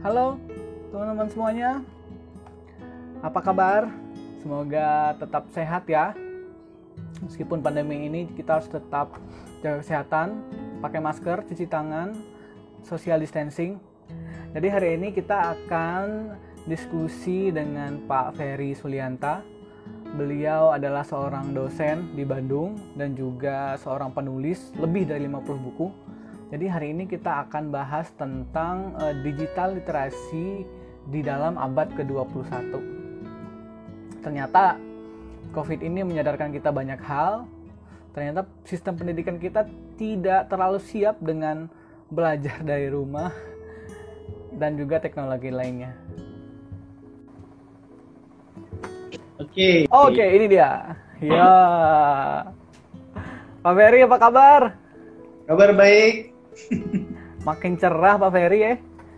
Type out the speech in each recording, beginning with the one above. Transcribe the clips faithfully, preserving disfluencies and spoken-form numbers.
Halo teman-teman semuanya, apa kabar? Semoga tetap sehat ya. Meskipun pandemi ini kita harus tetap jaga kesehatan, pakai masker, cuci tangan, social distancing. Jadi hari ini kita akan diskusi dengan Pak Ferry Sulianta. Beliau adalah seorang dosen di Bandung dan juga seorang penulis lebih dari lima puluh buku. Jadi hari ini kita akan bahas tentang uh, digital literasi di dalam abad ke dua puluh satu. Ternyata COVID ini menyadarkan kita banyak hal. Ternyata sistem pendidikan kita tidak terlalu siap dengan belajar dari rumah dan juga teknologi lainnya. Oke. Oke, ini dia. Ya. Pak Ferry apa kabar? Kabar baik. Makin cerah Pak Ferry ya.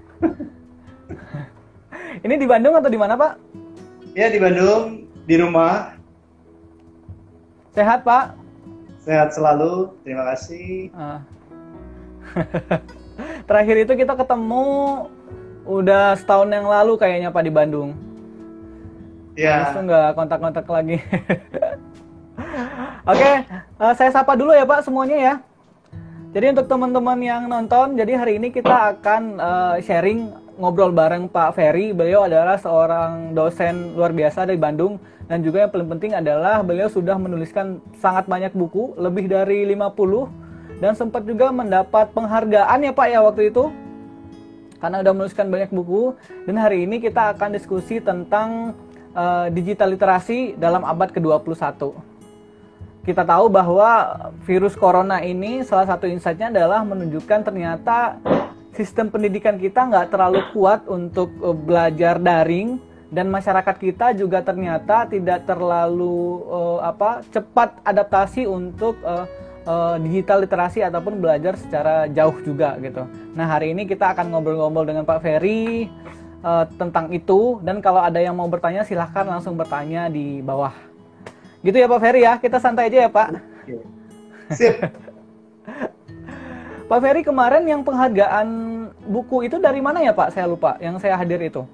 Ini di Bandung atau di mana Pak? Ya di Bandung, di rumah. Sehat Pak? Sehat selalu, terima kasih. Ah. Terakhir itu kita ketemu udah setahun yang lalu kayaknya Pak di Bandung. Ya. Terus nggak kontak-kontak lagi. Oke, uh, saya sapa dulu ya Pak semuanya ya. Jadi untuk teman-teman yang nonton, jadi hari ini kita akan uh, sharing ngobrol bareng Pak Ferry. Beliau adalah seorang dosen luar biasa dari Bandung dan juga yang paling penting adalah beliau sudah menuliskan sangat banyak buku, lebih dari lima puluh, dan sempat juga mendapat penghargaan ya Pak ya waktu itu karena udah menuliskan banyak buku. Dan hari ini kita akan diskusi tentang uh, digital literasi dalam abad ke dua puluh satu. Kita tahu bahwa virus corona ini salah satu insight-nya adalah menunjukkan ternyata sistem pendidikan kita nggak terlalu kuat untuk belajar daring dan masyarakat kita juga ternyata tidak terlalu uh, apa cepat adaptasi untuk uh, uh, digital literasi ataupun belajar secara jauh juga gitu. Nah hari ini kita akan ngobrol-ngobrol dengan Pak Ferry uh, tentang itu, dan kalau ada yang mau bertanya silahkan langsung bertanya di bawah. Gitu ya Pak Ferry ya, kita santai aja ya Pak. Sip. Pak Ferry kemarin yang penghargaan buku itu dari mana ya Pak? Saya lupa, yang saya hadir itu.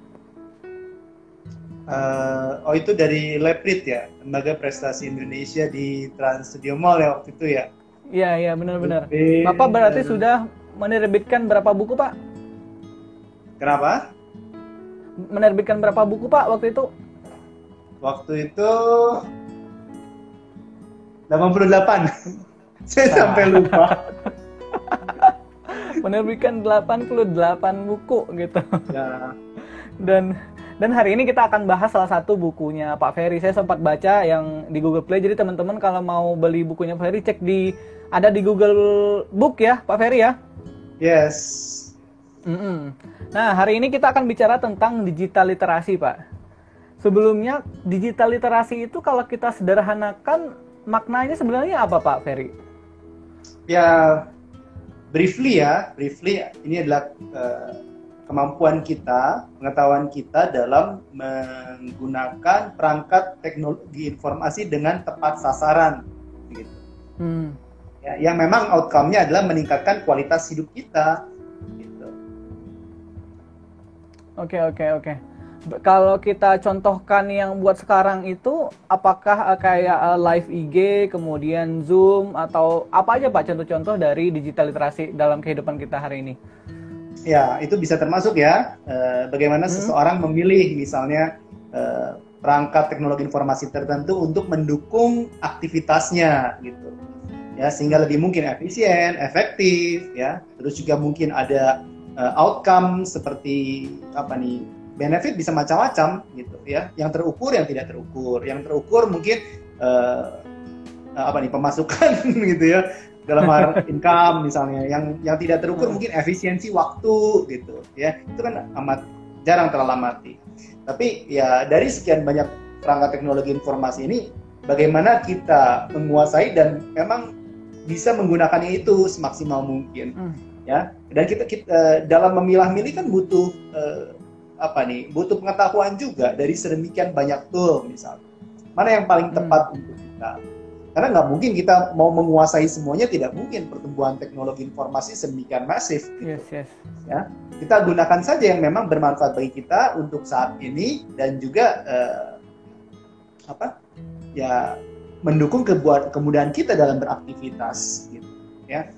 Uh, oh itu dari Leprit ya, Lembaga Prestasi Indonesia di Trans Studio Mall ya waktu itu ya. Iya iya benar-benar. Bapak berarti uh, sudah menerbitkan berapa buku Pak? Kenapa? Menerbitkan berapa buku Pak waktu itu? Waktu itu delapan puluh delapan. Saya nah. sampai lupa. Menerbitkan delapan puluh delapan buku gitu. Ya. Dan dan hari ini kita akan bahas salah satu bukunya Pak Ferry. Saya sempat baca yang di Google Play. Jadi teman-teman kalau mau beli bukunya Pak Ferry cek di ada di Google Book ya, Pak Ferry ya. Yes. Mm-mm. Nah, hari ini kita akan bicara tentang digital literasi, Pak. Sebelumnya, digital literasi itu kalau kita sederhanakan maknanya sebenarnya apa Pak Ferry? Ya, briefly ya, briefly ini adalah uh, kemampuan kita, pengetahuan kita dalam menggunakan perangkat teknologi informasi dengan tepat sasaran, gitu. Hmm. Ya, yang memang outcome-nya adalah meningkatkan kualitas hidup kita, gitu. Oke oke oke. Kalau kita contohkan yang buat sekarang itu, apakah uh, kayak uh, live I G, kemudian Zoom, atau apa aja Pak contoh-contoh dari digital literasi dalam kehidupan kita hari ini? Ya, itu bisa termasuk ya, uh, bagaimana hmm. seseorang memilih misalnya uh, perangkat teknologi informasi tertentu untuk mendukung aktivitasnya, gitu. Ya, sehingga lebih mungkin efisien, efektif, ya. Terus juga mungkin ada uh, outcome seperti apa nih? Benefit bisa macam-macam gitu ya, yang terukur, yang tidak terukur. Yang terukur mungkin uh, apa nih pemasukan gitu ya, dalam hal income misalnya. Yang yang tidak terukur mungkin efisiensi waktu gitu ya. Itu kan amat jarang terlamati. Tapi ya dari sekian banyak perangkat teknologi informasi ini, bagaimana kita menguasai dan memang bisa menggunakannya itu semaksimal mungkin hmm. ya. Dan kita, kita dalam memilah-milih kan butuh uh, apa nih, butuh pengetahuan juga dari sedemikian banyak tool misalnya. Mana yang paling tepat hmm. untuk kita. Karena nggak mungkin kita mau menguasai semuanya, tidak mungkin pertumbuhan teknologi informasi sedemikian masif. Gitu. Yes, yes. Ya, kita gunakan saja yang memang bermanfaat bagi kita untuk saat ini dan juga eh, apa? Ya, mendukung kebuat kemudahan kita dalam beraktivitas. Gitu. Ya.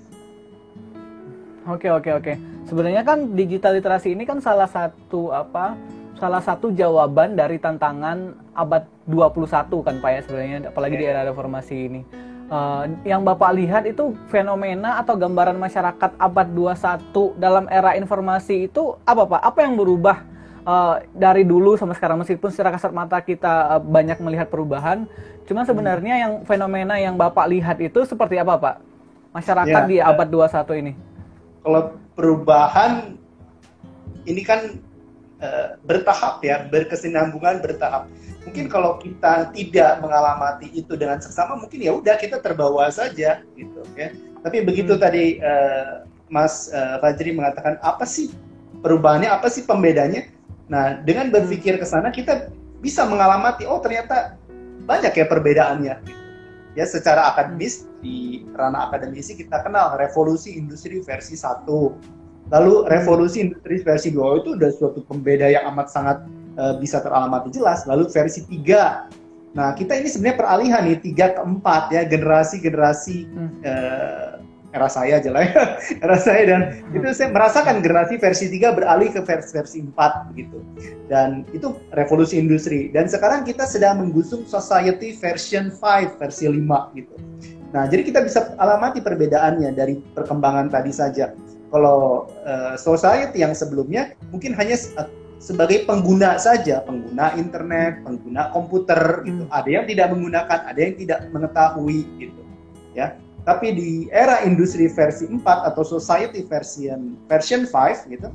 Oke, oke, oke. Sebenarnya kan digital literasi ini kan salah satu apa? Salah satu jawaban dari tantangan abad dua puluh satu kan Pak ya sebenarnya, apalagi di era reformasi ini. Uh, yang Bapak lihat itu fenomena atau gambaran masyarakat abad dua puluh satu dalam era informasi itu apa Pak? Apa yang berubah uh, dari dulu sampai sekarang, meskipun secara kasat mata kita uh, banyak melihat perubahan, cuman sebenarnya hmm. yang fenomena yang Bapak lihat itu seperti apa Pak? Masyarakat ya, di abad dua puluh satu ini. Kalau perubahan ini kan Uh, bertahap ya, berkesinambungan bertahap. Mungkin kalau kita tidak mengalami itu dengan seksama, mungkin ya udah kita terbawa saja gitu ya. Tapi begitu hmm. tadi uh, Mas uh, Fajri mengatakan apa sih perubahannya, apa sih pembedanya? Nah, dengan berpikir ke sana kita bisa mengalami oh ternyata banyak ya perbedaannya. Gitu. Ya secara akademis, di ranah akademisi kita kenal revolusi industri versi satu. Lalu revolusi industri versi dua itu udah suatu pembeda yang amat sangat uh, bisa teramati jelas. Lalu versi tiga. Nah, kita ini sebenarnya peralihan nih tiga ke empat ya, generasi-generasi hmm. uh, era saya aja lah ya. Era saya dan hmm. itu saya merasakan generasi versi tiga beralih ke versi versi empat begitu. Dan itu revolusi industri. Dan sekarang kita sedang menggusung society version lima, versi lima gitu. Nah, jadi kita bisa alamati perbedaannya dari perkembangan tadi saja. Kalau uh, society yang sebelumnya mungkin hanya uh, sebagai pengguna saja, pengguna internet, pengguna komputer gitu. Hmm. Ada yang tidak menggunakan, ada yang tidak mengetahui gitu. Ya. Tapi di era industri versi empat atau society version version lima gitu.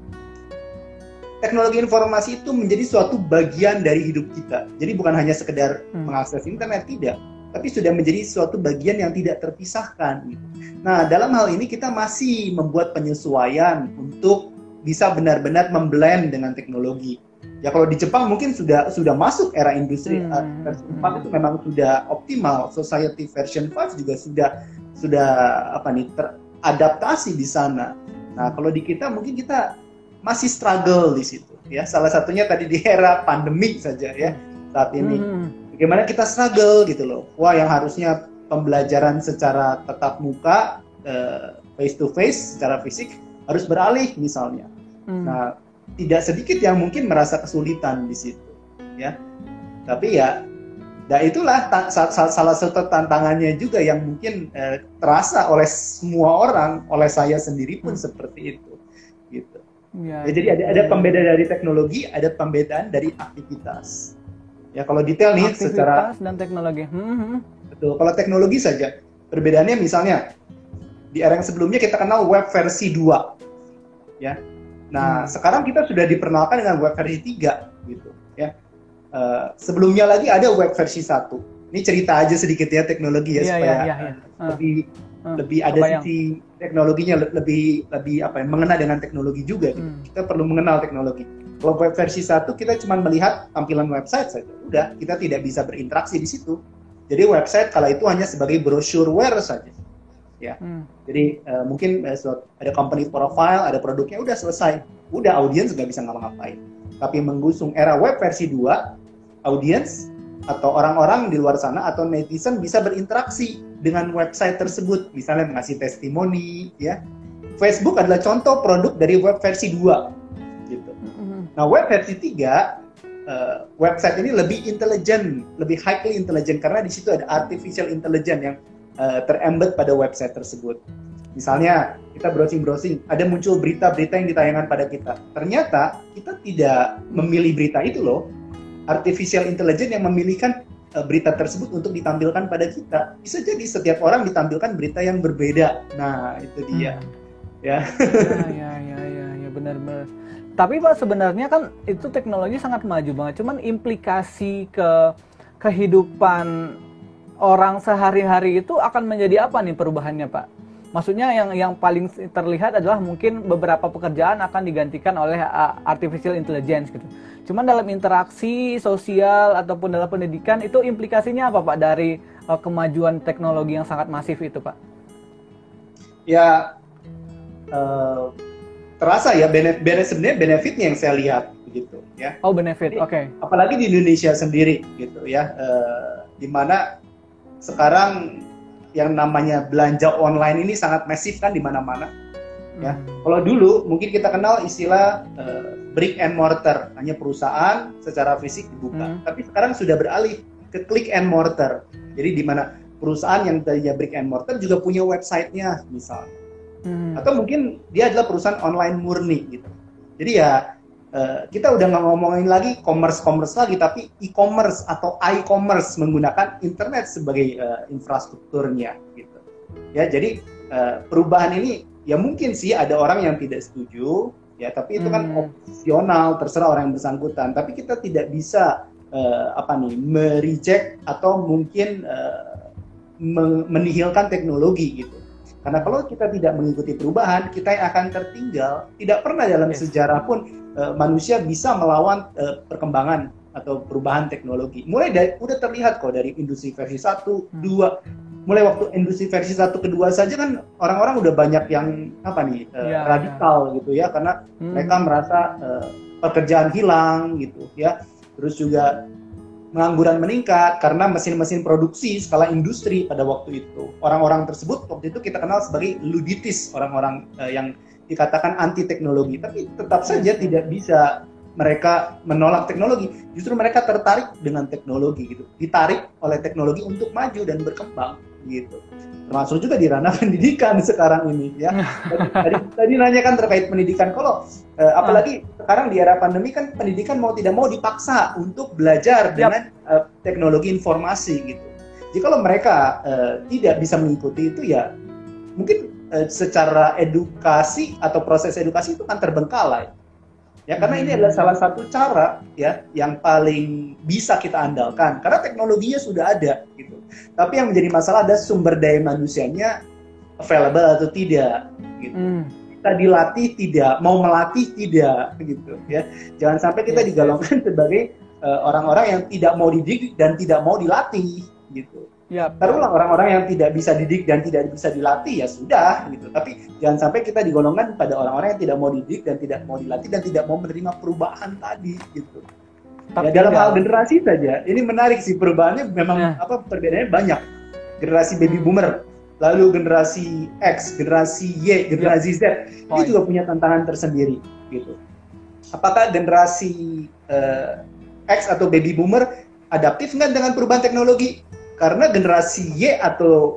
Teknologi informasi itu menjadi suatu bagian dari hidup kita. Jadi bukan hanya sekedar hmm. mengakses internet, tidak, tapi sudah menjadi suatu bagian yang tidak terpisahkan gitu. Nah, dalam hal ini kita masih membuat penyesuaian untuk bisa benar-benar memblend dengan teknologi. Ya kalau di Jepang mungkin sudah sudah masuk era industri hmm. versi empat itu memang sudah optimal. Society version lima juga sudah sudah apa nih teradaptasi di sana. Nah, kalau di kita mungkin kita masih struggle di situ ya. Salah satunya tadi di era pandemik saja ya saat ini. Hmm. Bagaimana kita struggle gitu loh. Wah, yang harusnya pembelajaran secara tatap muka, uh, face to face, secara fisik harus beralih misalnya. Hmm. Nah, tidak sedikit yang mungkin merasa kesulitan di situ, ya. Tapi ya, nah itulah ta- salah satu tantangannya juga yang mungkin uh, terasa oleh semua orang, oleh saya sendiri pun hmm. seperti itu, gitu. Ya, ya, jadi ada ada pembeda dari teknologi, ada pembedaan dari aktivitas. Ya kalau detail nih aktivitas secara dan teknologi. Hmm. Betul. Kalau teknologi saja, perbedaannya misalnya di era yang sebelumnya kita kenal web versi dua, ya. Nah, hmm. sekarang kita sudah diperkenalkan dengan web versi tiga, gitu, ya. Uh, sebelumnya lagi ada web versi satu. Ini cerita aja sedikit ya teknologi ya, yeah, supaya yeah, yeah, yeah. Uh, lebih uh, lebih ada sisi teknologinya lebih lebih apa ya, mengena dengan teknologi juga. Gitu. Hmm. Kita perlu mengenal teknologi. Kalau web versi satu kita cuma melihat tampilan website saja, udah kita tidak bisa berinteraksi di situ. Jadi website kala itu hanya sebagai brosureware saja, ya. Hmm. Jadi uh, mungkin uh, ada company profile, ada produknya, udah selesai, udah audiens nggak bisa ngapa-ngapain. Tapi menggusung era web versi dua, audiens atau orang-orang di luar sana atau netizen bisa berinteraksi dengan website tersebut, misalnya mengasih testimoni, ya. Facebook adalah contoh produk dari web versi dua, gitu. Nah, web versi tiga, uh, website ini lebih intelijen, lebih highly intelligent karena di situ ada artificial intelligence yang uh, terembed pada website tersebut. Misalnya, kita browsing-browsing, ada muncul berita-berita yang ditayangkan pada kita. Ternyata, kita tidak memilih berita itu loh. Artificial intelligence yang memilihkan uh, berita tersebut untuk ditampilkan pada kita. Bisa jadi setiap orang ditampilkan berita yang berbeda. Nah, itu dia. Hmm. Ya. Ya, ya, ya, ya, ya benar-benar. Tapi Pak, sebenarnya kan itu teknologi sangat maju banget. Cuman implikasi ke kehidupan orang sehari-hari itu akan menjadi apa nih perubahannya Pak? Maksudnya yang yang paling terlihat adalah mungkin beberapa pekerjaan akan digantikan oleh artificial intelligence gitu. Cuman dalam interaksi sosial ataupun dalam pendidikan itu implikasinya apa Pak dari uh, kemajuan teknologi yang sangat masif itu, Pak? Ya, uh, terasa ya benefit, benefit sebenarnya benefitnya yang saya lihat begitu ya. Oh, benefit, oke. Okay. Apalagi di Indonesia sendiri gitu ya, uh, di mana sekarang yang namanya belanja online ini sangat masif kan di mana-mana. Ya, hmm. Kalau dulu mungkin kita kenal istilah uh, brick and mortar, hanya perusahaan secara fisik dibuka. Hmm. Tapi sekarang sudah beralih ke click and mortar. Jadi di mana perusahaan yang tadinya brick and mortar juga punya websitenya misalnya. Hmm. Atau mungkin dia adalah perusahaan online murni gitu. Jadi ya uh, kita udah nggak ngomongin lagi commerce-commerce lagi, tapi e-commerce atau i-commerce menggunakan internet sebagai uh, infrastrukturnya gitu. Ya, jadi uh, perubahan ini ya mungkin sih ada orang yang tidak setuju, ya tapi itu kan hmm. opsional, terserah orang yang bersangkutan. Tapi kita tidak bisa uh, apa nih mereject atau mungkin uh, menihilkan teknologi gitu. Karena kalau kita tidak mengikuti perubahan, kita akan tertinggal. Tidak pernah dalam yes. sejarah pun uh, manusia bisa melawan uh, perkembangan atau perubahan teknologi. Mulai dari udah terlihat kok dari industri versi satu, dua, mulai waktu industri versi satu kedua saja kan orang-orang udah banyak yang apa nih uh, ya, radikal ya. gitu ya, karena hmm. mereka merasa uh, pekerjaan hilang gitu ya. Terus juga pengangguran meningkat karena mesin-mesin produksi skala industri pada waktu itu. Orang-orang tersebut waktu itu kita kenal sebagai luditis, orang-orang uh, yang dikatakan anti teknologi. Tapi tetap saja tidak bisa mereka menolak teknologi. Justru mereka tertarik dengan teknologi gitu. Ditarik oleh teknologi untuk maju dan berkembang gitu. Termasuk juga di ranah pendidikan sekarang ini ya. Tadi, tadi, tadi nanya kan terkait pendidikan. Kalau uh, apalagi sekarang di era pandemi kan pendidikan mau tidak mau dipaksa untuk belajar yep. dengan uh, teknologi informasi gitu. Jadi kalau mereka uh, tidak bisa mengikuti itu ya mungkin uh, secara edukasi atau proses edukasi itu kan terbengkalai. Ya karena hmm. ini adalah salah satu cara ya yang paling bisa kita andalkan karena teknologinya sudah ada gitu. Tapi yang menjadi masalah ada sumber daya manusianya available atau tidak gitu. Hmm. Kita dilatih tidak, mau melatih tidak gitu ya. Jangan sampai kita yes, digolongkan yes. sebagai uh, orang-orang yang tidak mau dididik dan tidak mau dilatih gitu. Yep. Taruhlah orang-orang yang tidak bisa didik dan tidak bisa dilatih ya sudah gitu. Tapi jangan sampai kita digolongkan pada orang-orang yang tidak mau didik dan tidak mau dilatih dan tidak mau menerima perubahan tadi gitu. Tapi ya dalam hal generasi saja, ini menarik sih perubahannya memang ya. apa perbedaannya banyak. Generasi baby boomer, lalu generasi X, generasi Y, generasi yep. Z, oh, ini juga punya tantangan tersendiri gitu. Apakah generasi uh, X atau baby boomer adaptif nggak dengan perubahan teknologi? Karena generasi Y atau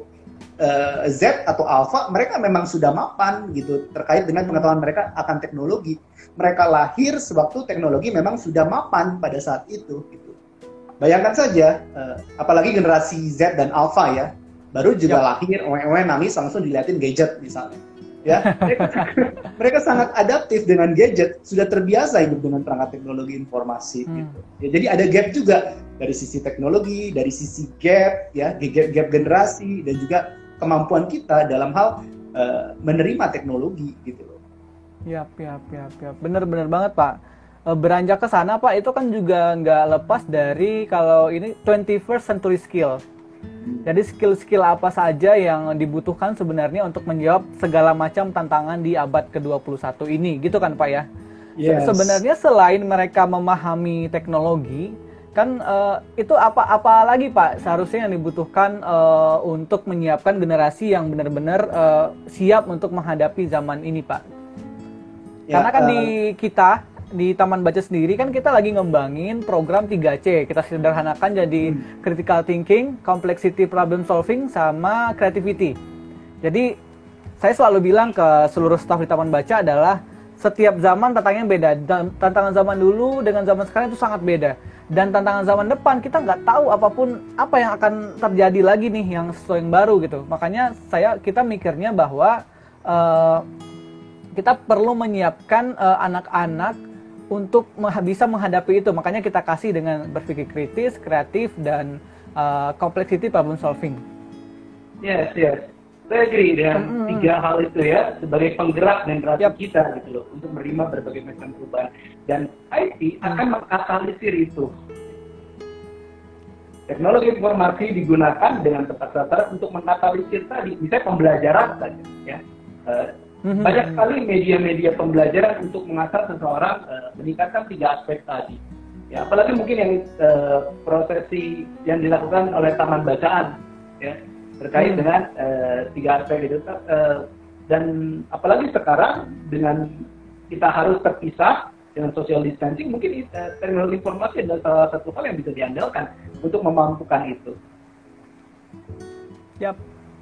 uh, Z atau Alpha, mereka memang sudah mapan gitu terkait dengan pengetahuan mereka akan teknologi. Mereka lahir sewaktu teknologi memang sudah mapan pada saat itu. Gitu. Bayangkan saja, uh, apalagi generasi Z dan Alpha ya, baru juga yep. lahir, owe-owe nangis langsung diliatin gadget misalnya. Ya, mereka, mereka sangat adaptif dengan gadget, sudah terbiasa hidup dengan perangkat teknologi informasi. Hmm. Gitu. Ya, jadi ada gap juga dari sisi teknologi, dari sisi gap, ya gap, gap generasi dan juga kemampuan kita dalam hal uh, menerima teknologi, gitu loh. Yap, yap, yap, yap. Bener-bener banget Pak. Beranjak ke sana Pak, itu kan juga nggak lepas dari kalau ini twenty-first century skill. Jadi skill-skill apa saja yang dibutuhkan sebenarnya untuk menjawab segala macam tantangan di abad ke dua puluh satu ini, gitu kan Pak ya? Yes. Sebenarnya selain mereka memahami teknologi, kan uh, itu apa-apa lagi Pak seharusnya yang dibutuhkan uh, untuk menyiapkan generasi yang benar-benar uh, siap untuk menghadapi zaman ini Pak? Ya, Karena kan uh... di kita di Taman Baca sendiri kan kita lagi ngembangin program tiga C. Kita sederhanakan jadi hmm. critical thinking, complexity problem solving, sama creativity. Jadi saya selalu bilang ke seluruh staf di Taman Baca adalah setiap zaman tantangannya beda. Dan tantangan zaman dulu dengan zaman sekarang itu sangat beda. Dan tantangan zaman depan kita nggak tahu apapun apa yang akan terjadi lagi nih yang sesuatu yang baru gitu. Makanya saya kita mikirnya bahwa uh, kita perlu menyiapkan uh, anak-anak untuk bisa menghadapi itu. Makanya kita kasih dengan berpikir kritis, kreatif, dan uh, complexity problem solving. Yes, yes. Saya agree dengan mm-hmm. tiga hal itu ya, sebagai penggerak generasi yep. kita gitu loh, untuk menerima berbagai macam perubahan. Dan I T mm. akan mengkatalisir itu. teknologi informasi digunakan dengan tepat sasaran untuk mengatalisir tadi, misalnya pembelajaran saja, ya. Uh, mm-hmm. Banyak sekali media-media pembelajaran untuk mengasah seseorang uh, meningkatkan tiga aspek tadi. Ya, apalagi mungkin yang uh, prosesi yang dilakukan oleh taman bacaan, ya, terkait hmm. dengan uh, tiga aspek itu. Uh, dan apalagi sekarang dengan kita harus terpisah dengan social distancing, mungkin uh, teknologi informasi adalah salah satu hal yang bisa diandalkan untuk memampukan itu. Yap.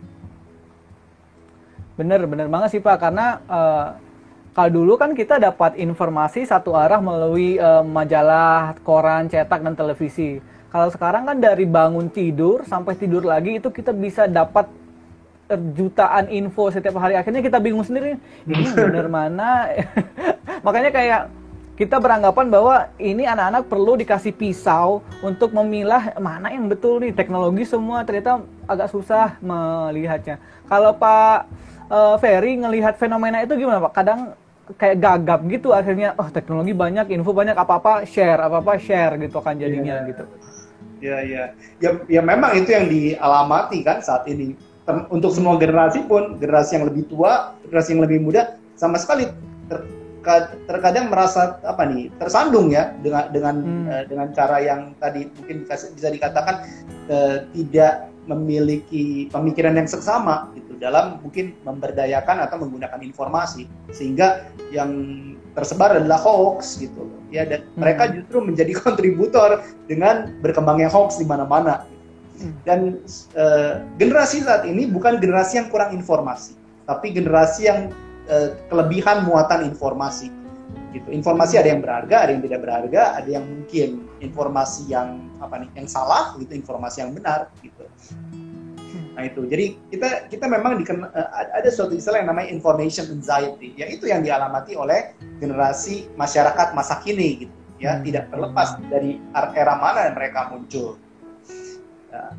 Bener, bener banget sih Pak, karena uh, kalau dulu kan kita dapat informasi satu arah melalui uh, majalah, koran, cetak, dan televisi. Kalau sekarang kan dari bangun tidur sampai tidur lagi itu kita bisa dapat jutaan info setiap hari. Akhirnya kita bingung sendiri, ini benar mana? Makanya kayak kita beranggapan bahwa ini anak-anak perlu dikasih pisau untuk memilah mana yang betul nih. Teknologi semua ternyata agak susah melihatnya. Kalau Pak uh, Ferry ngelihat fenomena itu gimana Pak? Kadang kayak gagap gitu akhirnya, oh teknologi banyak, info banyak, apa-apa share, apa-apa share gitu kan jadinya yeah. gitu. Ya, ya, ya, ya memang itu yang dialamati kan saat ini. Ter- untuk semua generasi pun, generasi yang lebih tua, generasi yang lebih muda, sama sekali ter- terkadang merasa apa nih tersandung ya dengan dengan hmm. uh, dengan cara yang tadi mungkin bisa dikatakan uh, tidak memiliki pemikiran yang seksama gitu dalam mungkin memberdayakan atau menggunakan informasi sehingga yang tersebar adalah hoax gitu ya, dan hmm. mereka justru menjadi kontributor dengan berkembangnya hoax di mana-mana hmm. dan uh, generasi saat ini bukan generasi yang kurang informasi tapi generasi yang uh, kelebihan muatan informasi gitu. Informasi ada yang berharga, ada yang tidak berharga, ada yang mungkin informasi yang apa nih, yang salah gitu, informasi yang benar gitu. Nah itu, jadi kita kita memang diken, ada suatu istilah yang namanya information anxiety, yang itu yang dialamati oleh generasi masyarakat masa kini gitu, ya hmm. tidak terlepas dari era mana mereka muncul. Ya.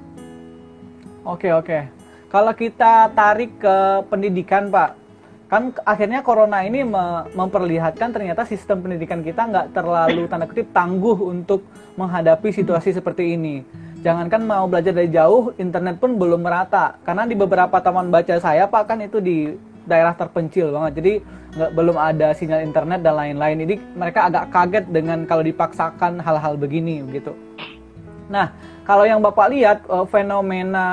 Oke oke, kalau kita tarik ke pendidikan Pak. Kan akhirnya corona ini me- memperlihatkan ternyata sistem pendidikan kita nggak terlalu tanda kutip tangguh untuk menghadapi situasi seperti ini. Jangankan mau belajar dari jauh, internet pun belum merata. Karena di beberapa taman baca saya Pak kan itu di daerah terpencil banget. Jadi nggak belum ada sinyal internet dan lain-lain. Jadi mereka agak kaget dengan kalau dipaksakan hal-hal begini gitu. Nah, kalau yang Bapak lihat uh, fenomena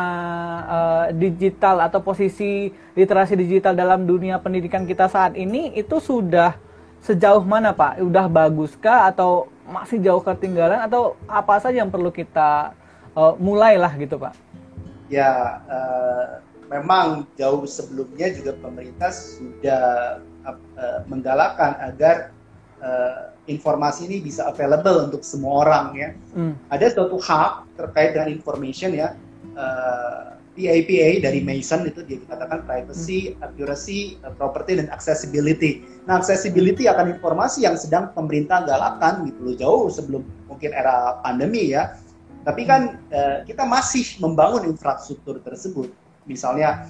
uh, digital atau posisi literasi digital dalam dunia pendidikan kita saat ini itu sudah sejauh mana Pak? Udah baguskah atau masih jauh ketinggalan atau apa saja yang perlu kita uh, mulailah gitu Pak? Ya, uh, memang jauh sebelumnya juga pemerintah sudah uh, menggalakkan agar uh, informasi ini bisa available untuk semua orang ya. Hmm. Ada suatu hak terkait dengan information ya. Uh, P A P A dari Mason itu dia dikatakan privacy, hmm. accuracy, uh, property dan accessibility. Nah, accessibility akan informasi yang sedang pemerintah galakkan gitu loh, jauh sebelum mungkin era pandemi ya. Tapi kan uh, kita masih membangun infrastruktur tersebut. Misalnya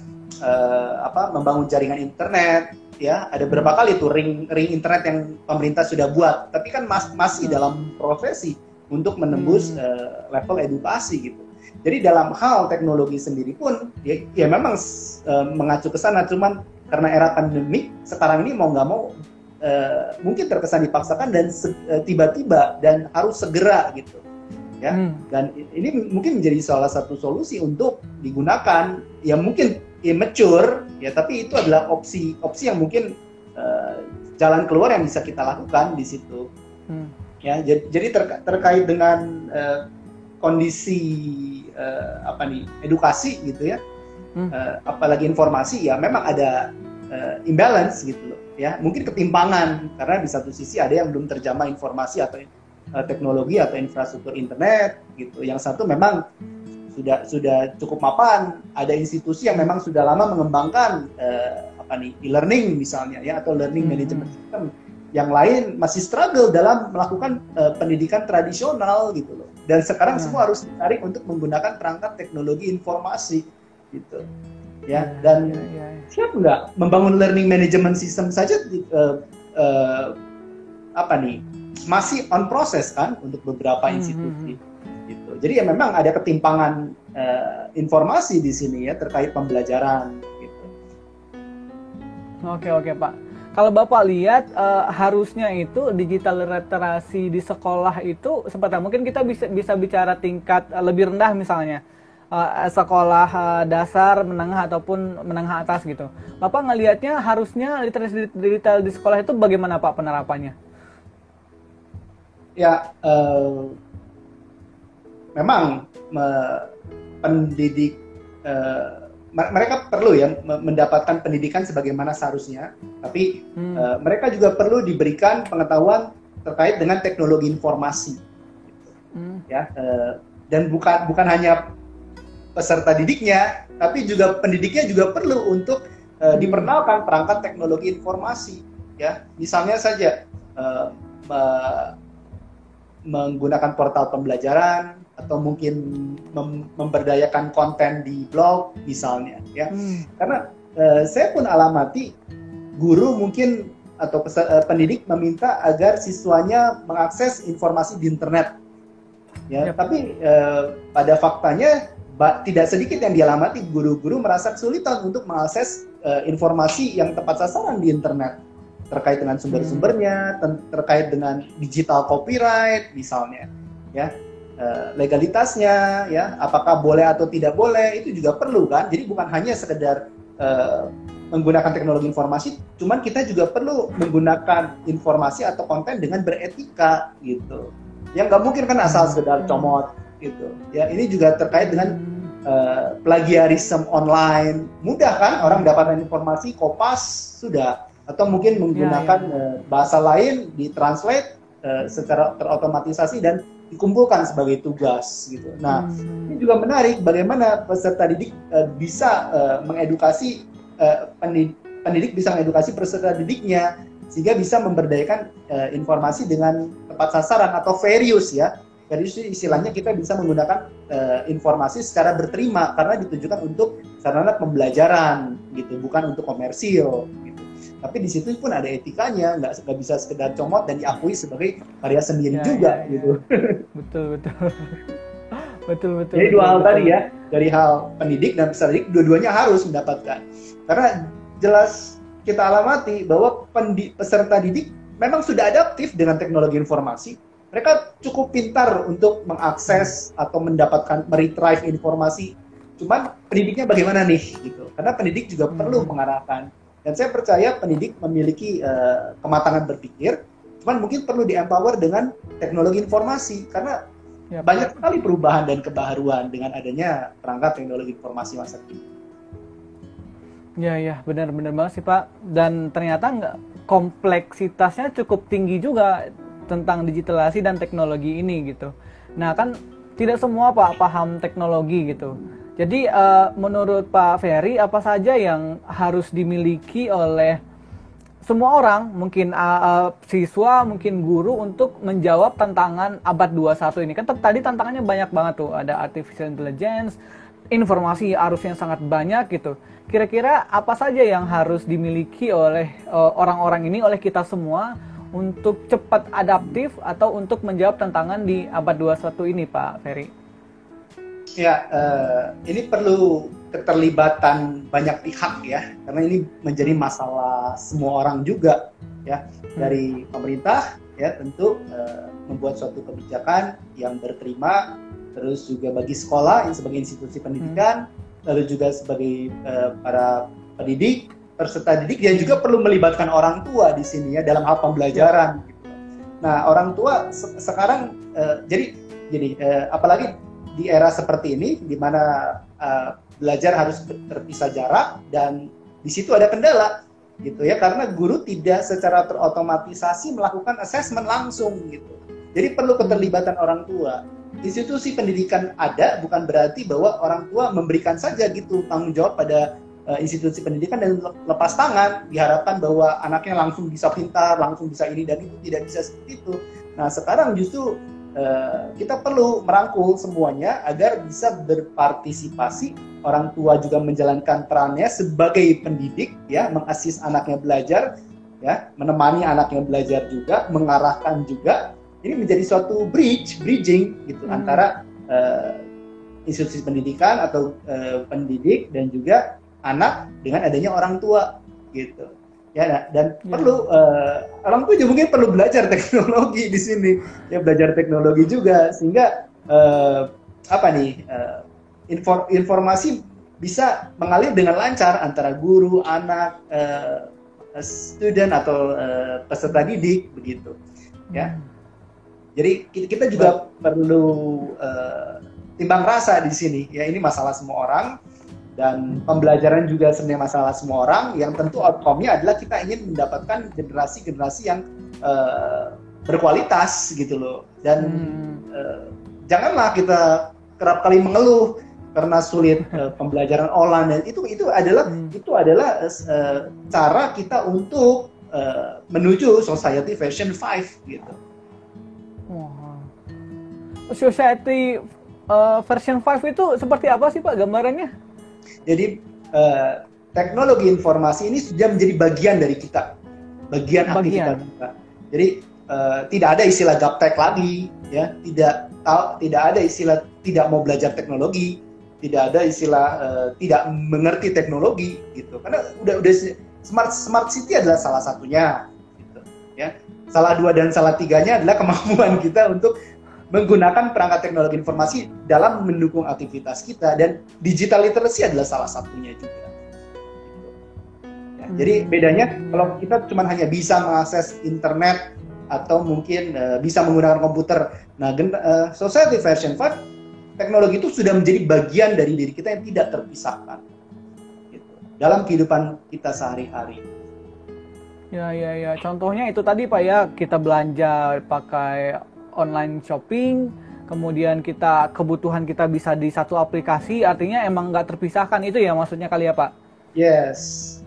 uh, apa membangun jaringan internet ya, ada berapa kali tuh ring ring internet yang pemerintah sudah buat, tapi kan mas, masih hmm. dalam profesi untuk menembus hmm. uh, level edukasi gitu. Jadi dalam hal teknologi sendiri pun ya, ya memang uh, mengacu ke sana, cuman karena era pandemik sekarang ini mau nggak mau uh, mungkin terkesan dipaksakan dan se- uh, tiba-tiba dan harus segera gitu ya. Hmm. Dan ini mungkin menjadi salah satu solusi untuk digunakan ya, mungkin immature ya, tapi itu adalah opsi opsi yang mungkin uh, jalan keluar yang bisa kita lakukan di situ. Hmm. Ya, jadi, jadi ter- terkait dengan uh, kondisi uh, apa nih edukasi gitu ya, hmm. uh, apalagi informasi ya, memang ada uh, imbalance gitu loh ya, mungkin ketimpangan karena di satu sisi ada yang belum terjamah informasi atau uh, teknologi atau infrastruktur internet gitu, yang satu memang sudah sudah cukup mapan, ada institusi yang memang sudah lama mengembangkan uh, apa nih e-learning misalnya ya, atau learning hmm. management system. Yang lain masih struggle dalam melakukan uh, pendidikan tradisional gitu loh. Dan sekarang hmm. semua harus ditarik untuk menggunakan perangkat teknologi informasi gitu. Ya, dan ya, ya, ya. siap nggak membangun learning management system saja uh, uh, apa nih masih on process kan untuk beberapa institusi. Hmm. Gitu. Jadi ya memang ada ketimpangan uh, informasi di sini ya terkait pembelajaran. Gitu. Oke oke Pak. Kalau Bapak lihat uh, harusnya itu digital literasi di sekolah itu seperti mungkin kita bisa bisa bicara tingkat uh, lebih rendah misalnya uh, sekolah uh, dasar, menengah ataupun menengah atas gitu. Bapak ngelihatnya harusnya literasi digital di sekolah itu bagaimana Pak penerapannya? Ya, uh, memang me, pendidik uh, mereka perlu ya mendapatkan pendidikan sebagaimana seharusnya, tapi hmm. uh, mereka juga perlu diberikan pengetahuan terkait dengan teknologi informasi, hmm. ya, uh, dan bukan bukan hanya peserta didiknya, tapi juga pendidiknya juga perlu untuk uh, hmm. diperkenalkan perangkat teknologi informasi, ya, misalnya saja uh, uh, menggunakan portal pembelajaran atau mungkin mem memberdayakan konten di blog misalnya ya hmm. karena uh, saya pun alamati guru mungkin atau uh, pendidik meminta agar siswanya mengakses informasi di internet ya yep. Tapi uh, pada faktanya tidak sedikit yang dialami guru-guru merasa kesulitan untuk mengakses uh, informasi yang tepat sasaran di internet terkait dengan sumber-sumbernya, terkait dengan digital copyright misalnya, ya legalitasnya, ya apakah boleh atau tidak boleh itu juga perlu kan. Jadi bukan hanya sekedar uh, menggunakan teknologi informasi, cuman kita juga perlu menggunakan informasi atau konten dengan beretika gitu. Yang nggak mungkin kan asal sekedar comot gitu. Ya ini juga terkait dengan uh, plagiarisme online. Mudah kan orang mendapatkan informasi kopas sudah. Atau mungkin menggunakan ya, ya. bahasa lain ditranslate uh, secara terotomatisasi dan dikumpulkan sebagai tugas gitu. Nah, hmm. ini juga menarik bagaimana peserta didik uh, bisa uh, mengedukasi uh, pendidik, pendidik bisa mengedukasi peserta didiknya sehingga bisa memberdayakan uh, informasi dengan tepat sasaran atau fair use ya. Jadi istilahnya kita bisa menggunakan uh, informasi secara berterima karena ditujukan untuk sarana pembelajaran gitu, bukan untuk komersil gitu. Tapi di situ pun ada etikanya, nggak nggak bisa sekedar comot dan diakui sebagai karya sendiri ya, juga ya, ya. gitu. Betul betul. betul betul. Jadi betul, dua hal betul. tadi ya, dari hal pendidik dan peserta didik dua-duanya harus mendapatkan. Karena jelas kita alamati bahwa pendidik, peserta didik memang sudah adaptif dengan teknologi informasi. Mereka cukup pintar untuk mengakses atau mendapatkan meretrieve informasi. Cuman pendidiknya bagaimana nih gitu. Karena pendidik juga hmm. perlu mengarahkan. Dan saya percaya pendidik memiliki uh, kematangan berpikir, cuman mungkin perlu di-empower dengan teknologi informasi, karena ya, banyak sekali perubahan dan kebaharuan dengan adanya perangkat teknologi informasi masa kini. Ya, ya, benar-benar banget sih Pak. Dan ternyata nggak kompleksitasnya cukup tinggi juga tentang digitalisasi dan teknologi ini gitu. Nah kan tidak semua Pak paham teknologi gitu. Jadi uh, menurut Pak Ferry apa saja yang harus dimiliki oleh semua orang, mungkin uh, uh, siswa, mungkin guru untuk menjawab tantangan abad dua puluh satu ini? Kan tadi tantangannya banyak banget tuh, ada artificial intelligence, informasi arus yang sangat banyak gitu. Kira-kira apa saja yang harus dimiliki oleh uh, orang-orang ini, oleh kita semua untuk cepat adaptif atau untuk menjawab tantangan di abad dua puluh satu ini Pak Ferry? Ya, uh, ini perlu keterlibatan banyak pihak ya, karena ini menjadi masalah semua orang juga ya, dari pemerintah ya tentu uh, membuat suatu kebijakan yang berterima, terus juga bagi sekolah yang sebagai institusi pendidikan, hmm. lalu juga sebagai uh, para pendidik, peserta didik, dan juga perlu melibatkan orang tua di sini ya dalam hal pembelajaran. Gitu. Nah, orang tua se sekarang uh, jadi jadi uh, apalagi di era seperti ini, di mana uh, belajar harus terpisah jarak dan di situ ada kendala, gitu ya, karena guru tidak secara terotomatisasi melakukan assessment langsung, gitu. Jadi perlu keterlibatan orang tua. Institusi pendidikan ada, bukan berarti bahwa orang tua memberikan saja gitu tanggung jawab pada uh, institusi pendidikan dan lepas tangan, diharapkan bahwa anaknya langsung bisa pintar, langsung bisa ini dan itu, tidak bisa seperti itu. Nah sekarang justru Uh, kita perlu merangkul semuanya agar bisa berpartisipasi. Orang tua juga menjalankan perannya sebagai pendidik ya, mengasis anaknya belajar ya, menemani anaknya belajar juga, mengarahkan juga. Ini menjadi suatu bridge, bridging gitu hmm. antara uh, institusi pendidikan atau uh, pendidik dan juga anak dengan adanya orang tua gitu. Ya, dan ya. perlu uh, orang tua juga mungkin perlu belajar teknologi di sini, ya belajar teknologi juga sehingga uh, apa nih uh, infor, informasi bisa mengalir dengan lancar antara guru, anak, uh, student atau uh, peserta didik begitu, ya. Hmm. Jadi kita juga Baik. perlu uh, timbang rasa di sini, ya ini masalah semua orang. Dan pembelajaran juga sebenarnya masalah semua orang, yang tentu outcome-nya adalah kita ingin mendapatkan generasi-generasi yang uh, berkualitas gitu loh. Dan hmm. uh, janganlah kita kerap kali mengeluh karena sulit uh, pembelajaran online, dan itu itu adalah hmm. itu adalah uh, cara kita untuk uh, menuju society version five gitu. Wow. Society uh, version five itu seperti apa sih Pak gambarannya? Jadi uh, teknologi informasi ini sudah menjadi bagian dari kita, bagian, bagian. aktivitas kita. Jadi uh, tidak ada istilah gaptek lagi, ya, tidak tahu, tidak ada istilah tidak mau belajar teknologi, tidak ada istilah uh, tidak mengerti teknologi, gitu. Karena udah udah smart smart city adalah salah satunya, gitu, ya. Salah dua dan salah tiganya adalah kemampuan kita untuk menggunakan perangkat teknologi informasi dalam mendukung aktivitas kita, dan digital literacy adalah salah satunya juga. Ya, hmm. Jadi bedanya kalau kita cuma hanya bisa mengakses internet atau mungkin uh, bisa menggunakan komputer, nah gen- uh, society version five teknologi itu sudah menjadi bagian dari diri kita yang tidak terpisahkan gitu, dalam kehidupan kita sehari-hari. Ya ya ya, contohnya itu tadi Pak ya, kita belanja pakai online shopping, kemudian kita kebutuhan kita bisa di satu aplikasi, artinya emang nggak terpisahkan, itu ya maksudnya kali ya Pak? Yes.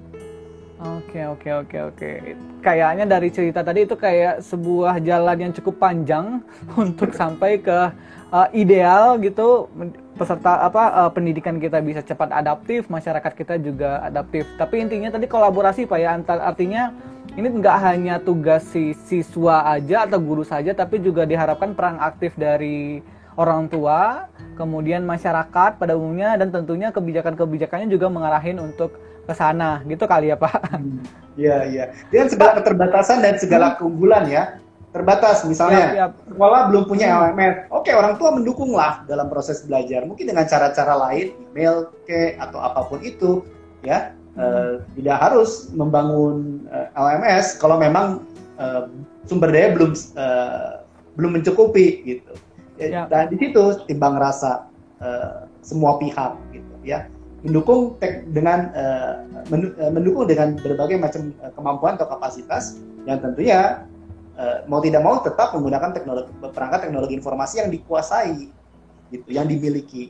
Oke oke oke oke. Kayaknya dari cerita tadi itu kayak sebuah jalan yang cukup panjang untuk sampai ke uh, ideal gitu, peserta apa uh, pendidikan kita bisa cepat adaptif, masyarakat kita juga adaptif. Tapi intinya tadi kolaborasi Pak ya, antar artinya ini nggak hanya tugas si siswa aja atau guru saja, tapi juga diharapkan peran aktif dari orang tua, kemudian masyarakat pada umumnya, dan tentunya kebijakan-kebijakannya juga mengarahin untuk ke sana, gitu kali ya Pak? Iya, iya. Dengan segala keterbatasan dan segala keunggulan ya, terbatas misalnya, ya, ya. Sekolah belum punya L M S, oke orang tua mendukunglah dalam proses belajar, mungkin dengan cara-cara lain, email ke atau apapun itu, ya. Uh, tidak harus membangun uh, L M S kalau memang uh, sumber daya belum uh, belum mencukupi gitu. Ya. Dan di situ timbang rasa uh, semua pihak gitu ya, mendukung tek- dengan uh, men- uh, mendukung dengan berbagai macam uh, kemampuan atau kapasitas yang tentunya uh, mau tidak mau tetap menggunakan teknologi perangkat teknologi informasi yang dikuasai gitu, yang dimiliki.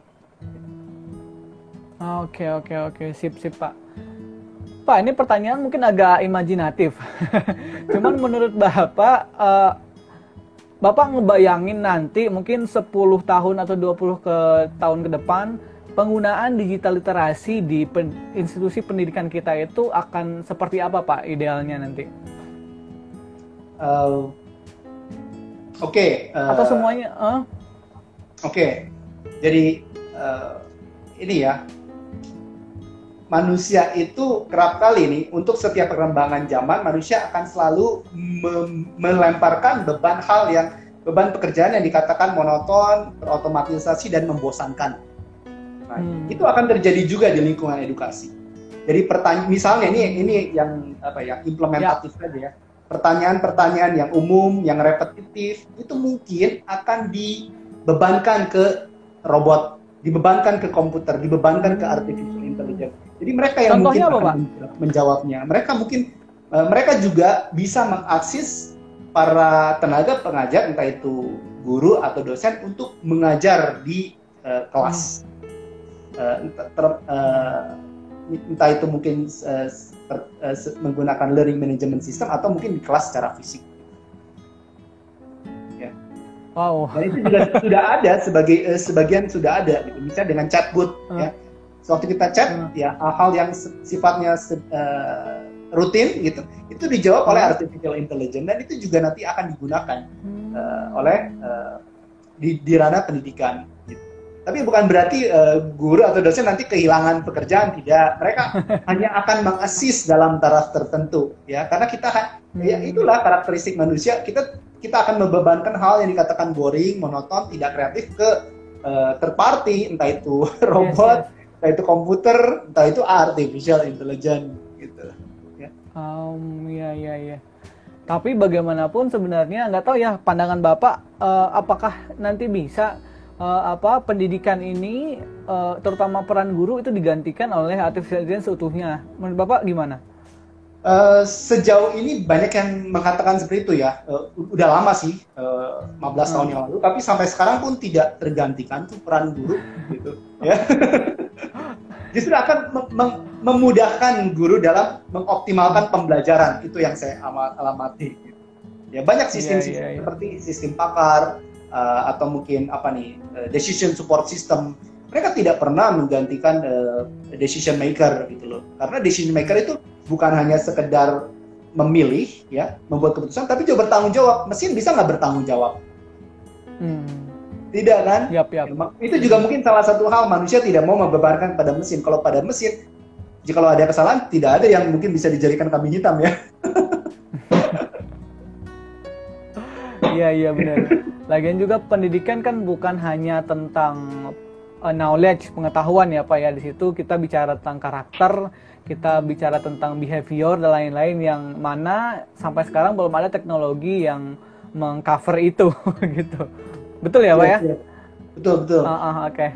Oke oke oke, sip sip Pak. Pak, ini pertanyaan mungkin agak imajinatif. Cuman menurut Bapak, uh, Bapak ngebayangin nanti mungkin sepuluh tahun atau dua puluh ke tahun ke depan, penggunaan digital literasi di pen, institusi pendidikan kita itu akan seperti apa Pak idealnya nanti? Uh, Oke. Okay, uh, atau semuanya? Uh? Oke, okay. Jadi uh, ini ya. Manusia itu kerap kali nih, untuk setiap perkembangan zaman, manusia akan selalu mem- melemparkan beban hal yang, beban pekerjaan yang dikatakan monoton, terotomatisasi, dan membosankan. Nah, hmm. itu akan terjadi juga di lingkungan edukasi. Jadi pertanyaan, misalnya ini ini yang apa ya, implementatif saja ya. Pertanyaan-pertanyaan yang umum, yang repetitif, itu mungkin akan dibebankan ke robot, dibebankan ke komputer, dibebankan ke artificial intelligence. Jadi mereka yang Contohnya mungkin apa, akan Pak? menjawabnya. Mereka mungkin uh, mereka juga bisa mengakses para tenaga pengajar, entah itu guru atau dosen, untuk mengajar di uh, kelas. Hmm. Uh, entah, ter, uh, entah itu mungkin uh, ter, uh, menggunakan learning management system atau mungkin di kelas secara fisik. Ya. Wow. Dan itu juga sudah ada, sebagai uh, sebagian sudah ada, gitu. Misalnya dengan chatbot, hmm. ya. Waktu kita chat, hmm. ya hal-hal yang sifatnya uh, rutin gitu, itu dijawab hmm. oleh artificial intelligence, dan itu juga nanti akan digunakan hmm. uh, oleh uh, di, di ranah pendidikan. Gitu. Tapi bukan berarti uh, guru atau dosen nanti kehilangan pekerjaan, tidak. Mereka hanya akan mengassist dalam taraf tertentu, ya. Karena kita, hmm. ya itulah karakteristik manusia. Kita kita akan membebankan hal yang dikatakan boring, monoton, tidak kreatif ke uh, third party, entah itu robot, yes, yes. entah itu komputer, entah itu artificial intelligence, gitu. Ya. Um, ya, ya, ya. Tapi bagaimanapun sebenarnya nggak tahu ya pandangan Bapak, uh, apakah nanti bisa Uh, apa pendidikan ini uh, terutama peran guru itu digantikan oleh artificial intelligence seutuhnya. Menurut Bapak gimana? Uh, sejauh ini banyak yang mengatakan seperti itu ya. Uh, udah lama sih, uh, lima belas hmm. tahun yang lalu, tapi sampai sekarang pun tidak tergantikan tuh peran guru gitu ya. Justru akan mem mem memudahkan guru dalam mengoptimalkan pembelajaran, itu yang saya amat alami. Ya banyak sistem-sistem yeah, yeah, yeah. seperti sistem pakar, Uh, atau mungkin apa nih uh, decision support system, mereka tidak pernah menggantikan uh, decision maker gitu loh, karena decision maker itu bukan hanya sekedar memilih ya membuat keputusan, tapi juga bertanggung jawab. Mesin bisa nggak bertanggung jawab? Hmm. Tidak kan? Yap, yap. Itu juga mungkin salah satu hal manusia tidak mau membebankan pada mesin. Kalau pada mesin, jika kalau ada kesalahan tidak ada yang mungkin bisa dijadikan kambing hitam ya. Iya iya benar. Lagian juga pendidikan kan bukan hanya tentang uh, knowledge, pengetahuan ya Pak ya. Di situ kita bicara tentang karakter, kita bicara tentang behavior dan lain-lain yang mana sampai sekarang belum ada teknologi yang mengcover itu gitu. Betul ya Pak ya? ya? Betul betul. Uh, uh, Oke. Okay.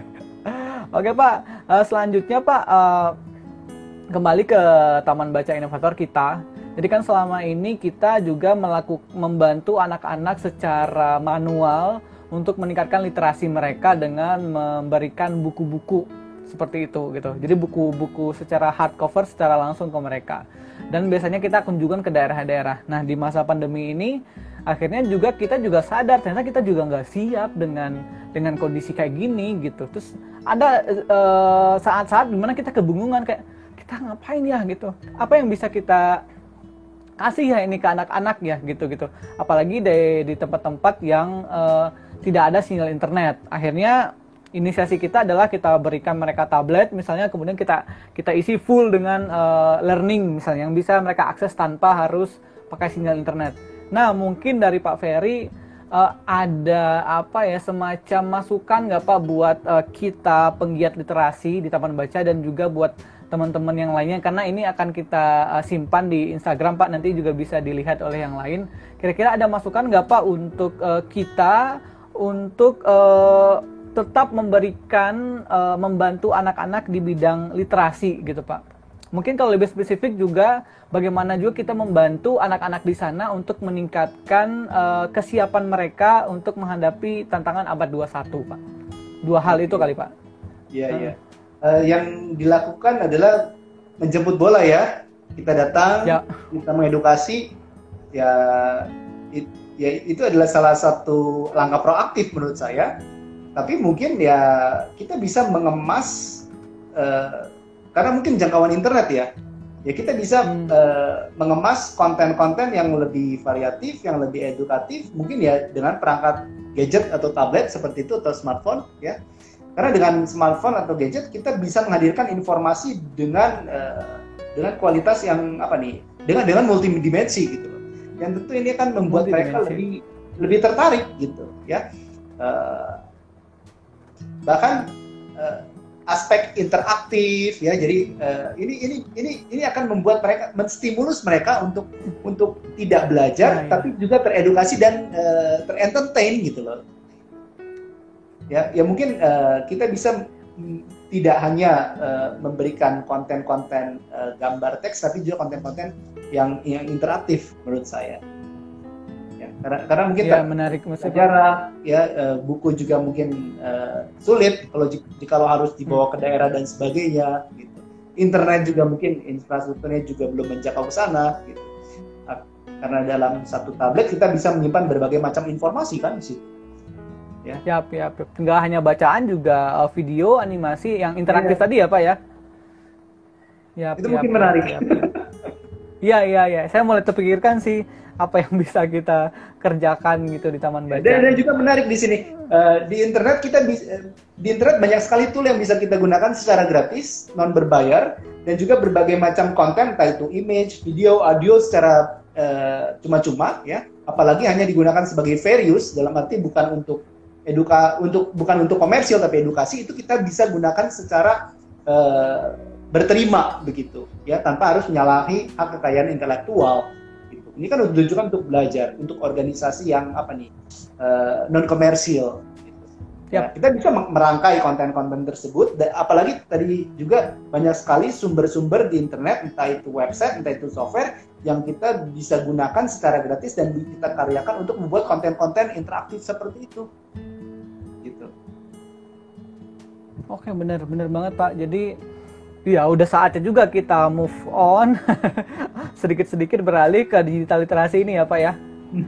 Oke Pak, uh, selanjutnya Pak uh, kembali ke Taman Baca Inovator kita. Jadi kan selama ini kita juga melakukan membantu anak-anak secara manual untuk meningkatkan literasi mereka dengan memberikan buku-buku seperti itu gitu. Jadi buku-buku secara hardcover secara langsung ke mereka. Dan biasanya kita kunjungan ke daerah-daerah. Nah di masa pandemi ini akhirnya juga kita juga sadar ternyata kita juga nggak siap dengan dengan kondisi kayak gini gitu. Terus ada uh, saat-saat dimana kita kebingungan kayak kita ngapain ya gitu. Apa yang bisa kita kasih ya ini ke anak-anak ya gitu-gitu. Apalagi di, di tempat-tempat yang uh, tidak ada sinyal internet. Akhirnya inisiasi kita adalah kita berikan mereka tablet misalnya, kemudian kita kita isi full dengan uh, learning misalnya yang bisa mereka akses tanpa harus pakai sinyal internet. Nah mungkin dari Pak Ferry uh, ada apa ya semacam masukan nggak Pak buat uh, kita penggiat literasi di Taman Baca dan juga buat teman-teman yang lainnya, karena ini akan kita uh, simpan di Instagram Pak, nanti juga bisa dilihat oleh yang lain. Kira-kira ada masukan nggak Pak untuk uh, kita untuk uh, tetap memberikan uh, membantu anak-anak di bidang literasi gitu Pak? Mungkin kalau lebih spesifik juga bagaimana juga kita membantu anak-anak di sana untuk meningkatkan uh, kesiapan mereka untuk menghadapi tantangan abad dua puluh satu Pak. Dua hal itu kali Pak. Iya iya. Hmm. Uh, yang dilakukan adalah menjemput bola ya. Kita datang, ya. Kita mengedukasi, ya, it, ya itu adalah salah satu langkah proaktif menurut saya. Tapi mungkin ya kita bisa mengemas, uh, karena mungkin jangkauan internet ya. Ya kita bisa hmm. uh, mengemas konten-konten yang lebih variatif, yang lebih edukatif, mungkin ya dengan perangkat gadget atau tablet seperti itu atau smartphone ya. Karena dengan smartphone atau gadget kita bisa menghadirkan informasi dengan uh, dengan kualitas yang apa nih, dengan dengan multidimensi gitu loh. Yang tentu ini akan membuat mereka lebih lebih tertarik gitu ya. Uh, bahkan uh, aspek interaktif ya. Jadi uh, ini ini ini ini akan membuat mereka menstimulus mereka untuk untuk tidak belajar nah, tapi ya. juga teredukasi dan uh, terentertain gitu loh. Ya, ya mungkin uh, kita bisa m- tidak hanya uh, memberikan konten-konten uh, gambar teks, tapi juga konten-konten yang yang interaktif menurut saya. Ya, karena, karena mungkin ya, menarik sejarah, ya uh, buku juga mungkin uh, sulit kalau jika lo harus dibawa ke daerah dan sebagainya. Gitu. Internet juga mungkin infrastrukturnya juga belum menjangkau ke sana. Gitu. Nah, karena dalam satu tablet kita bisa menyimpan berbagai macam informasi kan di situ. Ya, ya, ya, nggak hanya bacaan juga uh, video, animasi yang interaktif ya. Tadi ya Pak ya. Ya, itu ya, mungkin ya, menarik. Ya, ya. Iya, iya, iya. Saya mulai terpikirkan sih apa yang bisa kita kerjakan gitu di Taman Baca. Dan, dan juga menarik di sini, uh, di internet kita bisa, di internet banyak sekali tool yang bisa kita gunakan secara gratis, non berbayar, dan juga berbagai macam konten, entah itu image, video, audio secara uh, cuma-cuma, ya. Apalagi hanya digunakan sebagai fair use, dalam arti bukan untuk eduka, untuk bukan untuk komersial tapi edukasi, itu kita bisa gunakan secara uh, berterima begitu, ya, tanpa harus menyalahi hak kekayaan intelektual. Gitu. Ini kan ditujukan untuk belajar, untuk organisasi yang apa nih uh, non komersial. Gitu. Ya, kita bisa merangkai konten-konten tersebut, dan apalagi tadi juga banyak sekali sumber-sumber di internet, entah itu website, entah itu software, yang kita bisa gunakan secara gratis dan kita karyakan untuk membuat konten-konten interaktif seperti itu. Gitu. Oke, benar, benar banget Pak. Jadi ya udah saatnya juga kita move on, sedikit-sedikit beralih ke digital literasi ini ya Pak ya.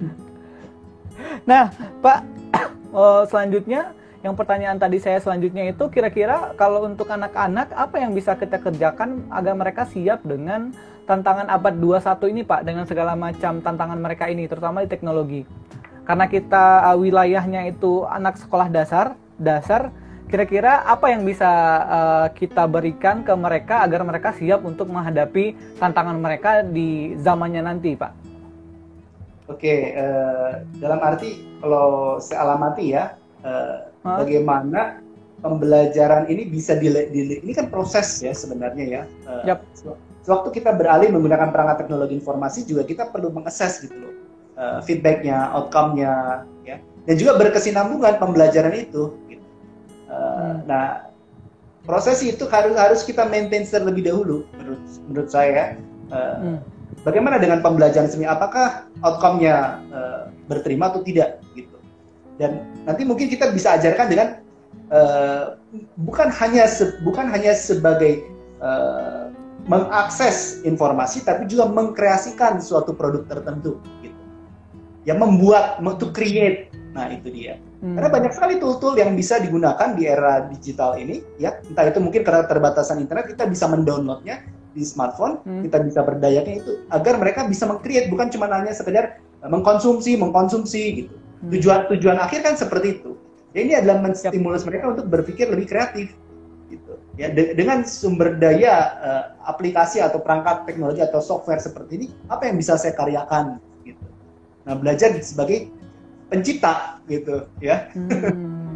Nah Pak, selanjutnya yang pertanyaan tadi saya selanjutnya itu kira-kira kalau untuk anak-anak apa yang bisa kita kerjakan agar mereka siap dengan tantangan abad dua puluh satu ini Pak, dengan segala macam tantangan mereka ini, terutama di teknologi. Karena kita uh, wilayahnya itu anak sekolah dasar, dasar, kira-kira apa yang bisa uh, kita berikan ke mereka agar mereka siap untuk menghadapi tantangan mereka di zamannya nanti, Pak? Oke, uh, dalam arti kalau saya alamati ya, uh, huh? bagaimana pembelajaran ini bisa dile, dile, ini kan proses ya sebenarnya ya. Uh, yep. Sewaktu kita beralih menggunakan perangkat teknologi informasi juga kita perlu mengakses gitu loh, uh, feedbacknya, outcome-nya, ya, dan juga berkesinambungan pembelajaran itu. Gitu. Uh, hmm. Nah, proses itu harus harus kita maintain terlebih dahulu menurut menurut saya. Uh, hmm. Bagaimana dengan pembelajaran seni? Apakah outcome-nya uh, berterima atau tidak? Gitu. Dan nanti mungkin kita bisa ajarkan dengan uh, bukan hanya se, bukan hanya sebagai uh, mengakses informasi, tapi juga mengkreasikan suatu produk tertentu, gitu. Ya, membuat, to create. Nah, itu dia. Hmm. Karena banyak sekali tool-tool yang bisa digunakan di era digital ini, ya. Entah itu mungkin karena keterbatasan internet, kita bisa mendownloadnya di smartphone, hmm. kita bisa berdayanya itu agar mereka bisa meng-create, bukan cuma hanya sekedar mengkonsumsi, mengkonsumsi gitu. Hmm. Tujuan tujuan akhir kan seperti itu. Ya, ini adalah menstimulus mereka untuk berpikir lebih kreatif. Gitu. Ya, de dengan sumber daya uh, aplikasi atau perangkat teknologi atau software seperti ini, apa yang bisa saya karyakan gitu. Nah, belajar sebagai pencipta gitu ya. Hmm.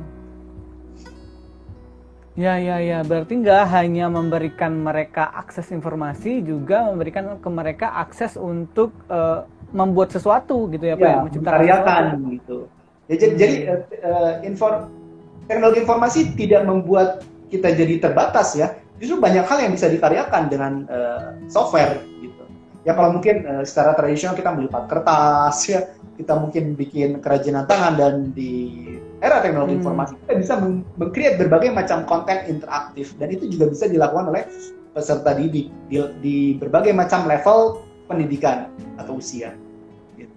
Ya, ya, ya. Berarti nggak hanya memberikan mereka akses informasi, juga memberikan ke mereka akses untuk uh, membuat sesuatu gitu ya, Pak, ya, menciptakan sesuatu gitu. Ya, jadi, hmm. jadi uh, inform teknologi informasi tidak membuat kita jadi terbatas ya, justru banyak hal yang bisa dikaryakan dengan uh, software gitu. Ya, kalau mungkin uh, secara tradisional kita melipat kertas ya, kita mungkin bikin kerajinan tangan, dan di era teknologi hmm. informasi kita bisa meng-create berbagai macam konten interaktif, dan itu juga bisa dilakukan oleh peserta didik di, di berbagai macam level pendidikan atau usia. Gitu.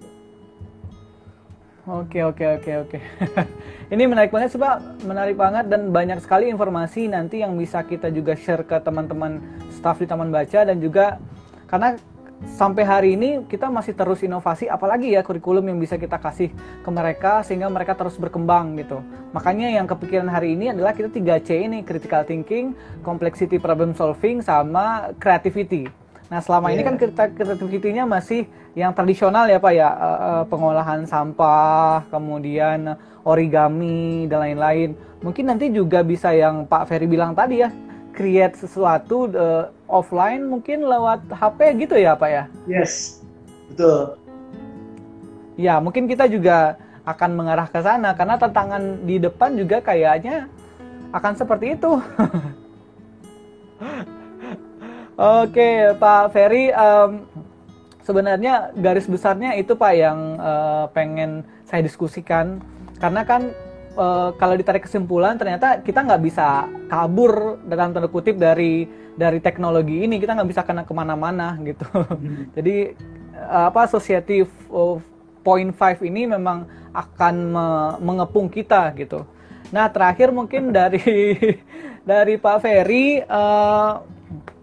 Oke, oke, oke, oke. Ini menarik banget sih Pak, menarik banget, dan banyak sekali informasi nanti yang bisa kita juga share ke teman-teman staf di Taman Baca, dan juga karena sampai hari ini kita masih terus inovasi, apalagi ya kurikulum yang bisa kita kasih ke mereka sehingga mereka terus berkembang gitu. Makanya yang kepikiran hari ini adalah kita tiga C ini, critical thinking, complexity problem solving, sama creativity. Nah, selama yeah. ini kan kita kreativitinya masih yang tradisional ya Pak ya, uh, pengolahan sampah, kemudian origami dan lain-lain. Mungkin nanti juga bisa yang Pak Ferry bilang tadi ya, create sesuatu uh, offline mungkin lewat H P gitu ya Pak ya? Yes, betul. Ya, mungkin kita juga akan mengarah ke sana karena tantangan di depan juga kayaknya akan seperti itu. Oke, Pak Ferry, um, sebenarnya garis besarnya itu Pak yang uh, pengen saya diskusikan, karena kan uh, kalau ditarik kesimpulan ternyata kita nggak bisa kabur dalam tanda kutip dari dari teknologi ini, kita nggak bisa kena kemana-mana gitu. Hmm. Jadi uh, apa Society point five ini memang akan me mengepung kita gitu. Nah, terakhir mungkin dari dari Pak Ferry, uh,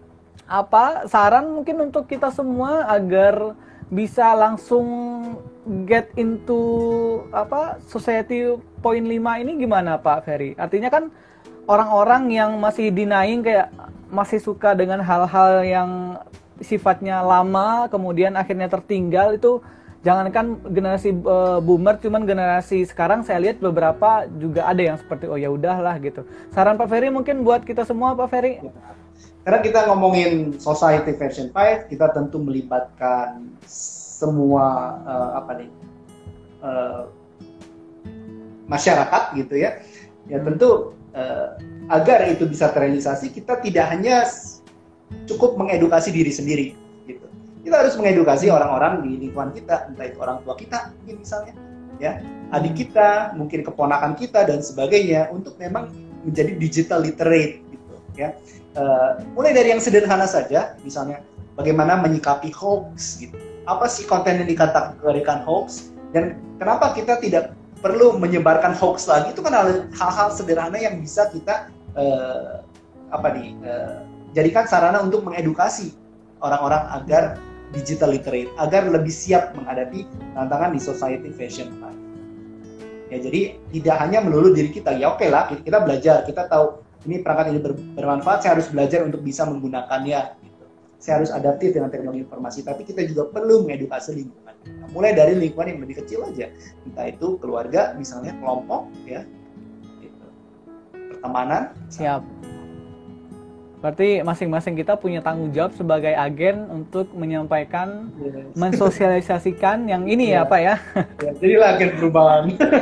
apa saran mungkin untuk kita semua agar bisa langsung get into apa society point lima ini gimana Pak Ferry? Artinya kan orang-orang yang masih denying kayak masih suka dengan hal-hal yang sifatnya lama kemudian akhirnya tertinggal itu, jangankan generasi uh, boomer, cuman generasi sekarang saya lihat beberapa juga ada yang seperti oh ya udahlah gitu. Saran Pak Ferry mungkin buat kita semua Pak Ferry. Karena kita ngomongin society version lima, kita tentu melibatkan semua uh, apa nih uh, masyarakat gitu ya. Ya tentu uh, agar itu bisa terrealisasi, kita tidak hanya cukup mengedukasi diri sendiri gitu. Kita harus mengedukasi orang-orang di lingkungan kita, entah itu orang tua kita mungkin misalnya, ya adik kita, mungkin keponakan kita dan sebagainya, untuk memang menjadi digital literate gitu ya. Uh, mulai dari yang sederhana saja, misalnya bagaimana menyikapi hoax gitu. Apa sih konten yang dikategorikan hoax dan kenapa kita tidak perlu menyebarkan hoax lagi? Itu kan hal-hal sederhana yang bisa kita uh, apa nih uh, jadikan sarana untuk mengedukasi orang-orang agar digital literate, agar lebih siap menghadapi tantangan di society fashion lima. Ya jadi tidak hanya melulu diri kita, ya oke okay lah kita belajar, kita tahu ini perangkat ini ber, bermanfaat, saya harus belajar untuk bisa menggunakannya. Gitu. Saya harus adaptif dengan teknologi informasi, tapi kita juga perlu mengedukasi lingkungan. Nah, mulai dari lingkungan yang lebih kecil aja, entah itu keluarga, misalnya kelompok, ya, gitu. Pertemanan. Siap. Berarti masing-masing kita punya tanggung jawab sebagai agen untuk menyampaikan, yes. mensosialisasikan yang ini ya, ya Pak ya. Ya jadilah agen perubahan.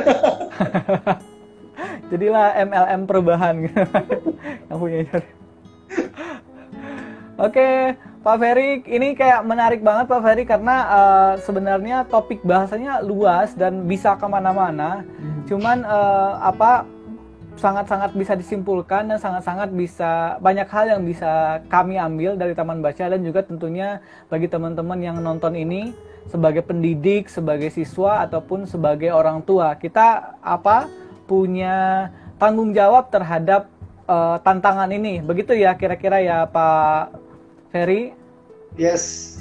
Jadilah M L M perubahan gitu. Yang punya itu. Oke, Pak Ferry, ini kayak menarik banget Pak Ferry karena uh, sebenarnya topik bahasanya luas dan bisa kemana-mana. Hmm. Cuman uh, apa sangat-sangat bisa disimpulkan dan sangat-sangat bisa banyak hal yang bisa kami ambil dari Taman Baca, dan juga tentunya bagi teman-teman yang nonton ini sebagai pendidik, sebagai siswa ataupun sebagai orang tua, kita apa punya tanggung jawab terhadap uh, tantangan ini. Begitu ya kira-kira ya Pak Ferry? Yes.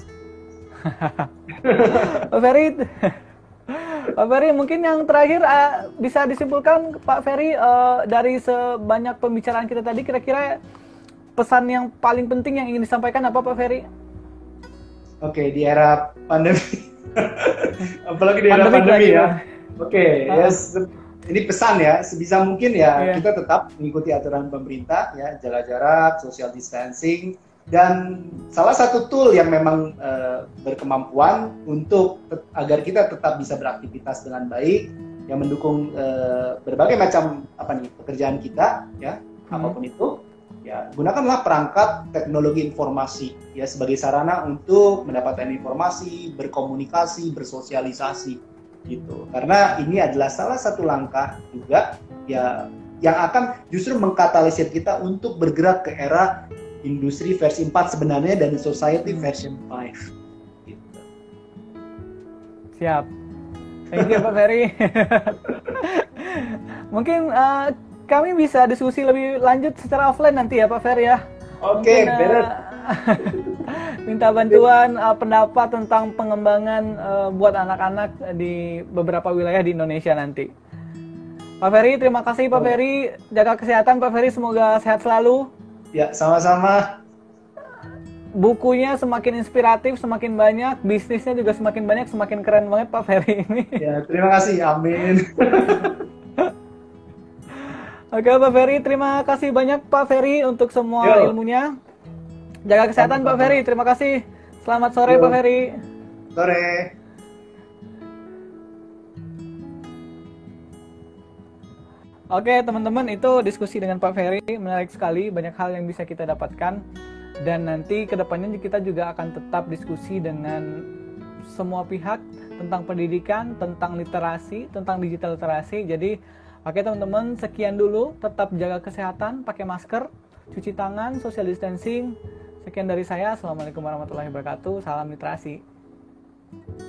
Pak Ferry, Pak Ferry mungkin yang terakhir uh, bisa disimpulkan Pak Ferry uh, dari sebanyak pembicaraan kita tadi, kira-kira pesan yang paling penting yang ingin disampaikan apa Pak Ferry? Oke, di era pandemi. Apalagi di era pandemi, pandemi ya. Oke, uh. yes. Ini pesan ya, sebisa mungkin ya yeah. kita tetap mengikuti aturan pemerintah ya, jaga jarak, social distancing, dan salah satu tool yang memang uh, berkemampuan untuk te- agar kita tetap bisa beraktivitas dengan baik, yang mendukung uh, berbagai macam apa nih pekerjaan kita ya, hmm. apapun itu, ya gunakanlah perangkat teknologi informasi ya sebagai sarana untuk mendapatkan informasi, berkomunikasi, bersosialisasi. Gitu. Karena ini adalah salah satu langkah juga ya yang akan justru mengkatalisir kita untuk bergerak ke era industri versi empat sebenarnya dan society version lima. Gitu. Siap. Thank you Pak Ferry. Mungkin uh, kami bisa diskusi lebih lanjut secara offline nanti ya Pak Ferry ya. Oke, okay, beres. Minta bantuan uh, pendapat tentang pengembangan uh, buat anak-anak di beberapa wilayah di Indonesia nanti. Pak Ferry, terima kasih Pak oh. Ferry. Jaga kesehatan Pak Ferry, semoga sehat selalu. Ya, sama-sama. Bukunya semakin inspiratif, semakin banyak, bisnisnya juga semakin banyak, semakin keren banget Pak Ferry ini. Ya, terima kasih. Amin. Oke Pak Ferry, terima kasih banyak Pak Ferry untuk semua Yo. ilmunya. Jaga kesehatan Pak Ferry, terima kasih. Selamat sore Yo. Pak Ferry. Sore. Oke teman-teman, itu diskusi dengan Pak Ferry, menarik sekali, banyak hal yang bisa kita dapatkan. Dan nanti kedepannya kita juga akan tetap diskusi dengan semua pihak tentang pendidikan, tentang literasi, tentang digital literasi. Jadi oke teman-teman, sekian dulu, tetap jaga kesehatan, pakai masker, cuci tangan, social distancing. Sekian dari saya, Assalamualaikum warahmatullahi wabarakatuh, salam literasi.